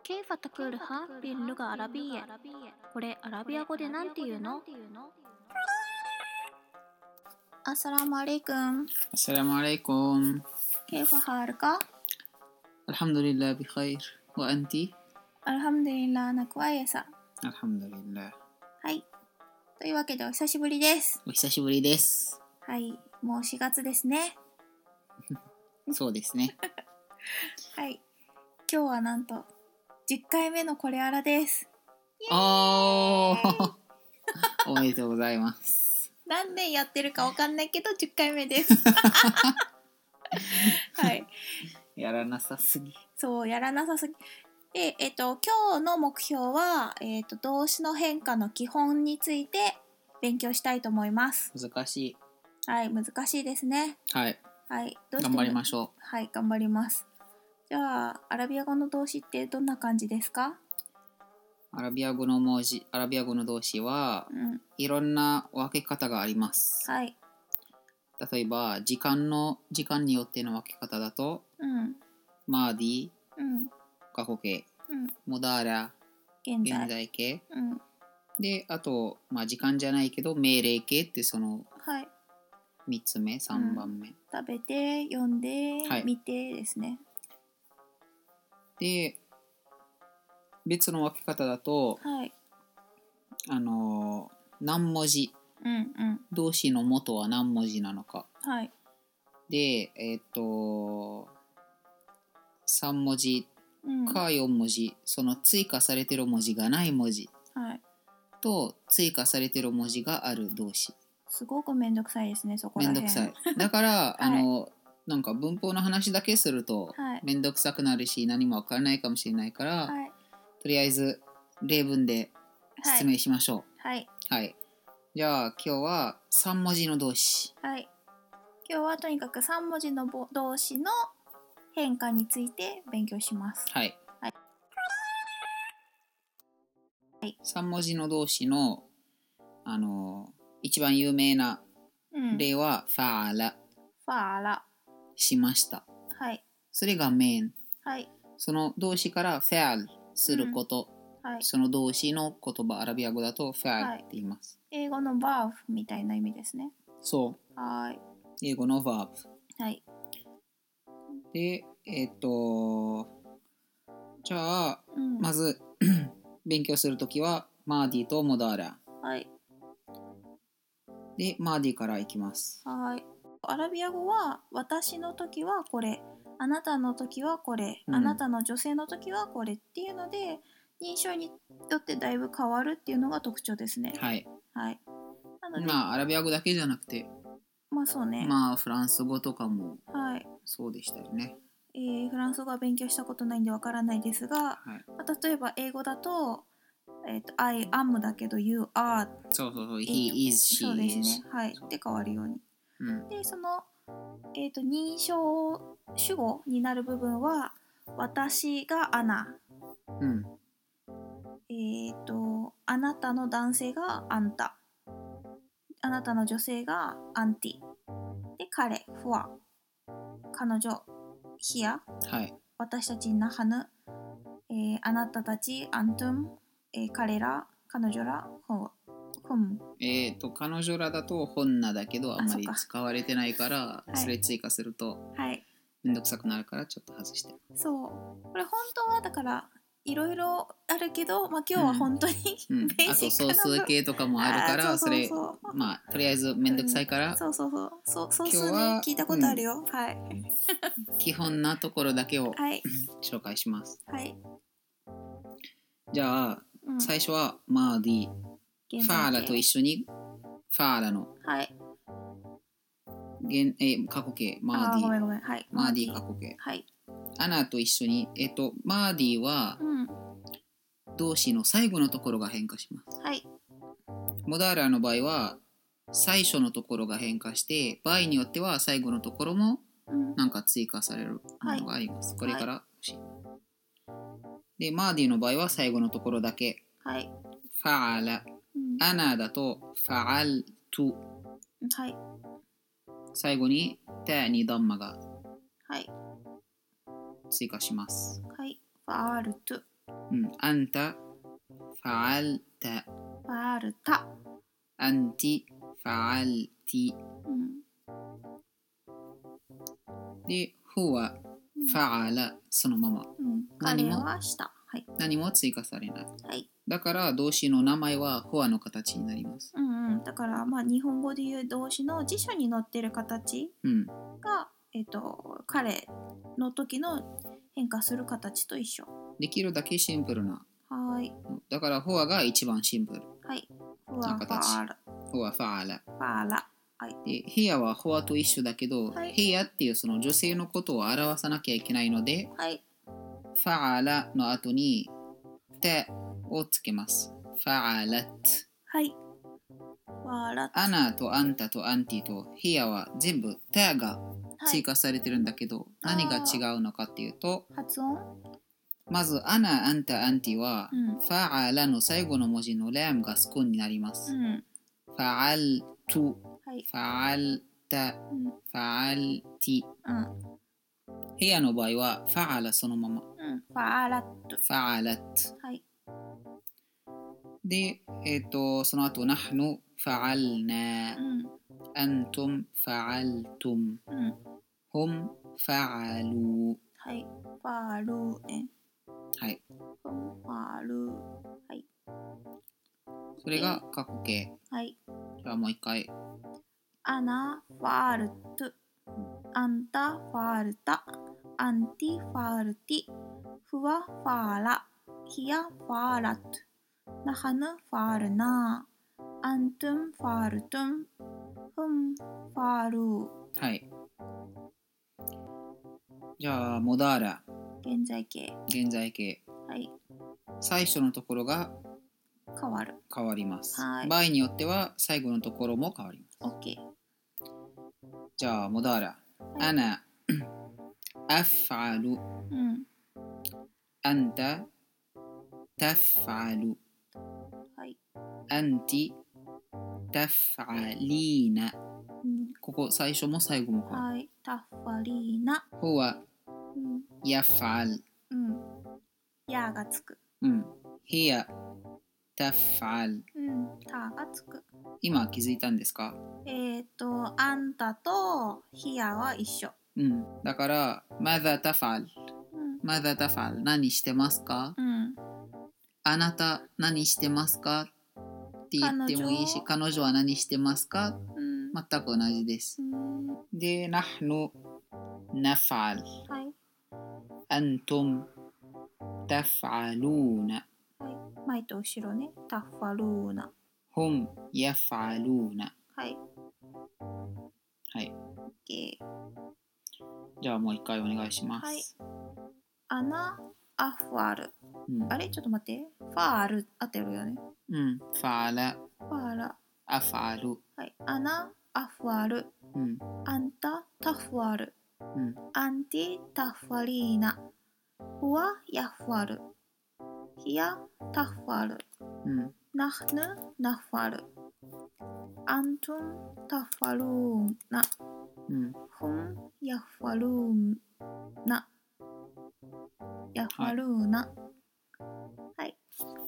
كيف تقولها باللغة العربية؟ これアラビア語でなんて言うの？アッサラムアレイクン。 السلام عليكم. كيف حالك؟ الحمد لله بخير. وأنت؟ الحمد لله أنا كويسة. الحمد لله. はい。というわけでお久しぶりです。 お久しぶりです。 はい。もう4月ですね。 そうですね。 はい。今日はなんと10回目のこれあらです。 おめでとうございます。 何年やってるかわかんないけど10回目です。はい。 やらなさすぎ。 そう、やらなさすぎ。で、今日の目標は、動詞の変化の基本について勉強したいと思います。 難しい。 はい、難しいですね。 はい。 はい、 頑張りましょう。 はい、頑張ります。じゃあ、アラビア語の動詞ってどんな感じですか？ アラビア語の動詞は、いろんな分け方があります。 はい。 例えば、時間によっての分け方だと、マーディ、過去形、モダーラ、現在形、で、あと、時間じゃないけど、命令形ってその3つ目、3番目。 食べて、読んで、見てですね。 で、別の分け方だと、何文字、動詞の元は何文字なのか。で、3文字か4文字、その追加されてる文字がない文字と追加されてる文字がある動詞。 すごくめんどくさいですね、そこら辺。 めんどくさい。だから、なんか文法の話だけするとめんどくさくなるし、何もわからないかもしれないから、とりあえず例文で説明しましょう。はい。じゃあ今日は3文字の動詞。 はい。今日はとにかく3文字の動詞の変化について勉強します。 はい。3文字の動詞の、一番有名な例は、ファーラ。しました。それがメイン。その動詞からファールすること。その動詞の言葉、アラビア語だとファールって言います。 英語のバーブみたいな意味ですね。 そう。英語のバーブ。で、じゃあ、まず勉強するときは、マーディとモダーラ。で、マーディからいきます。 アラビア語は、私のときはこれ、あなたのときはこれ、あなたの女性のときはこれっていうので、認証によってだいぶ変わるっていうのが特徴ですね。なので、 アラビア語だけじゃなくて、 そうね。 フランス語とかもそうでしたよね。 フランス語は勉強したことないんでわからないですが、例えば英語だと、I am だけど You are。 そう。He is, she is。 そうですね。で変わるように。で、その、認証主語になる部分は、私がアナ。あなたの男性があんた。あなたの女性がアンティ。で、彼、フワ。彼女、ヒア。私たち、ナハヌ。あなたたち、アントゥム。彼ら、彼女ら、ホム。 彼女らだとホンナだけどあんまり使われてないから、それ追加するとめんどくさくなるからちょっと外して。 そう。これ本当はだからいろいろあるけど、今日は本当にベーシックな、 あと総数形とかもあるからそれとりあえずめんどくさいから、 総数ね聞いたことあるよ。 基本なところだけを紹介します。じゃあ最初はマーディ、ファーラと一緒にファーラの過去形マーディ、マーディ過去形、アナと一緒にマーディは動詞の最後のところが変化します。モダーラの場合は最初のところが変化して場合によっては最後のところもなんか追加されるものがあります。これからでマーディの場合は最後のところだけ。ファーラ、アナだとファアルト。最後にタにダンマが追加します。 ファアルト。 アンタ、ファルタ。 ファルタ。 アンティ、ファルティ。で、フは、ファーラ、そのまま。 彼はした。 何も追加されない。 はい。 だから動詞の名前はフォアの形になります。 だから日本語で言う動詞の辞書に載ってる形が、彼の時の変化する形と一緒。 できるだけシンプルな。 はい。 だからフォアが一番シンプルな形。フォア、ファーラ。 ファーラ。はい、 で、ヘアはフォアと一緒だけど、ヘアっていうその女性のことを表さなきゃいけないので、ファーラの後にテをつけます。ファーラット。 はい。ファーラット。 アナとアンタとアンティとヘアは全部テが追加されてるんだけど、何が違うのかっていうと、 発音まずアナ、アンタ、アンティは、ファーラの最後の文字のラムがスコンになります。ファールト、ファールタ、ファールティ。ヘアの場合はファーラそのまま。 ファーラット。 ファーラット。で、その後、ナハヌ、ファールナ、アントム、ファールトム、ホム、ファール。 はい、ファールね。 はい。 ファール。はい。 それが過去形。 はい。 じゃあもう一回。 アナ、ファールト。アンタ、ファールタ。アンティ、ファールティ。フワ、ファーラ。ヒヤ、ファーラット。ナハヌ、ファールナ。アントゥム、ファールトゥム。フン、ファール。 はい。じゃあ、モダーラ。 現在形。 現在形。 はい。 最初のところが変わる。 変わります。 はい。 場合によっては最後のところも変わります。 OK。 じゃあ、モダーラ。アナ、アファル。アンタ、タファル。 はい。 アンティ、タファリーナ。ここ最初も最後も変わる。 はい。タファリーナ。 ほは、ヤファル。 ヤがつく。 ヒヤ、タファル。 タがつく。 今気づいたんですか？ あんたとヒヤは一緒。 だから、マザタファル。マザタファル。何してますか？あなた何してますか？って言ってもいいし、彼女は何してますか？全く同じです。で、ナフヌ、ナファル。アントム、タファルーナ。 前と後ろね。タファルーナ。 ホム、ヤファルーナ。 はい。 はい。 OK。 じゃあもう一回お願いします。 はい。アナ、アファル。あれちょっと待って。ファール当てるよね。 ファーラ。 ファーラ。 アファル。 はい。アナ、アファル。アンタ、タファル。アンティ、タファリーナ。フワ、ヤファル。ヒヤ、タファル。ナフヌ、ナファル。アントン、タファルーナ。フン、ヤファルーナ。ヤファルーナ。はい。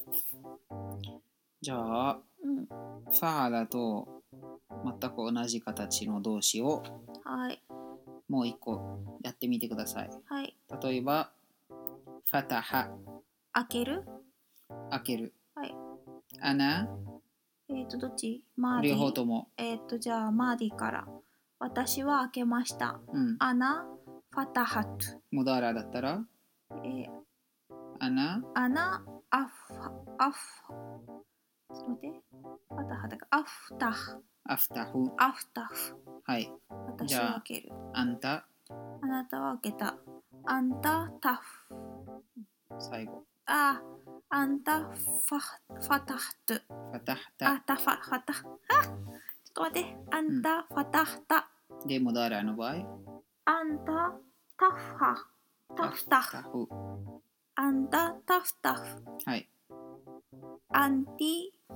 じゃあ、ファーラと全く同じ形の動詞をもう一個やってみてください。 はい。 例えば、ファタハ。 開ける。 開ける。 はい。 アナ。 どっち？マーディ。 両方とも。 じゃあマーディから。私は開けました。アナ、ファタハト。 モダーラだったらアナ、 アフ。ちょっと待って。ファタハだからアフタフ。 アフタフ。 アフタフ。 はい。 私は開ける。 あんた。 あなたは開けた。あんたタフ。 最後。 あんたファタハト。 ファタハタ。 ファタ。ちょっと待って。あんたファタハタ。 で、モダーラの場合。 あんたタフハ。タフタフ。あんたタフタフ。 はい。 アンテ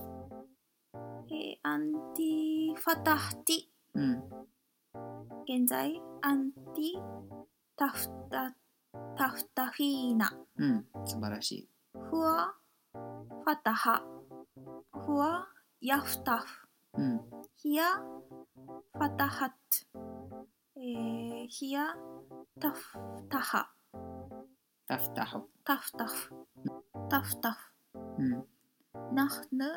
ィファタハティ。現在アンティタフタフィーナ。 素晴らしい。 フフワファタハフワヤフタフ、ヒヤファタハト、ヒヤタフタハタフタフタフタフタフタフ、ナフヌ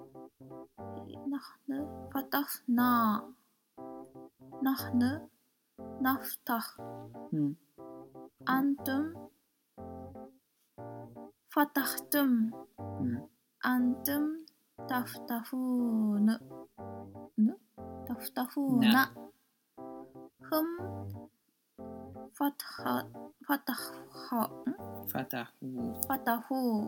ファタフナナフヌナフタフ、アントゥムファタフトゥム、アントゥムタフタフーヌタフタフーナフムファタハファタハファタフファタフー。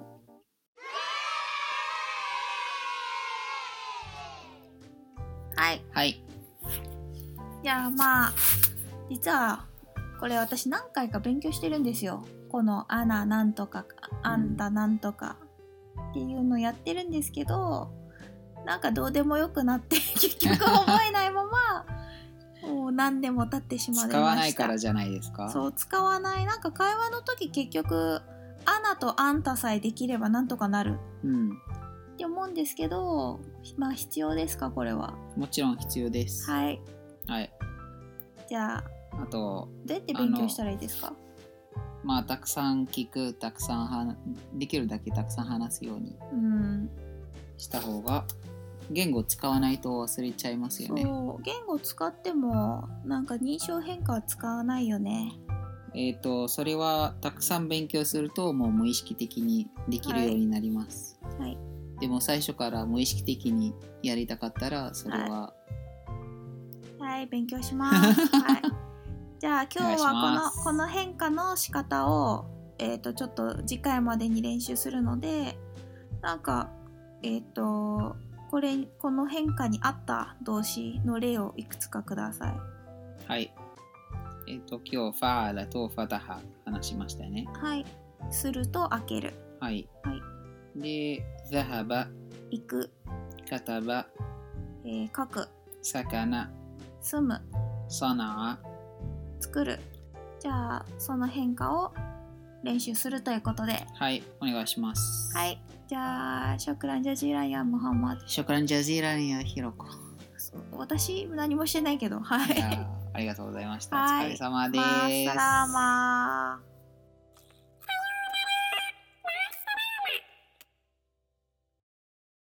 はい。じゃあまあ実はこれ私何回か勉強してるんですよ。このアナなんとかあんたなんとかっていうのやってるんですけど、なんかどうでもよくなって結局覚えないままもう何年も経ってしまいました。 使わないからじゃないですか。 そう、使わない。なんか会話の時結局アナとあんたさえできればなんとかなる、って思うんですけど、まあ必要ですかこれは。 もちろん必要です。 はい。じゃああとどうやって勉強したらいいですか。 まあたくさん聞く、たくさんできるだけたくさん話すようにした方が、言語使わないと忘れちゃいますよね。 そう、言語使ってもなんか認証変化は使わないよね。 それはたくさん勉強するともう無意識的にできるようになります。でも最初から無意識的にやりたかったらそれは勉強します。じゃあ今日はこの変化の仕方をちょっと次回までに練習するので、なんかこの変化に合った動詞の例をいくつかください。 はい。今日ファーラとファタハ話しましたね。 はい。すると開ける。 はい。で、ザハバ行く。 カタバ書く。 サカナ住む。 サナア作る。じゃあその変化を練習するということで。 はい、お願いします。 はい。じゃあショクランジャジーランやムハンマド。 ショクランジャジーランやヒロコ。 私何もしてないけど。はい。 ありがとうございました。お疲れ様です。 マッサラーマー。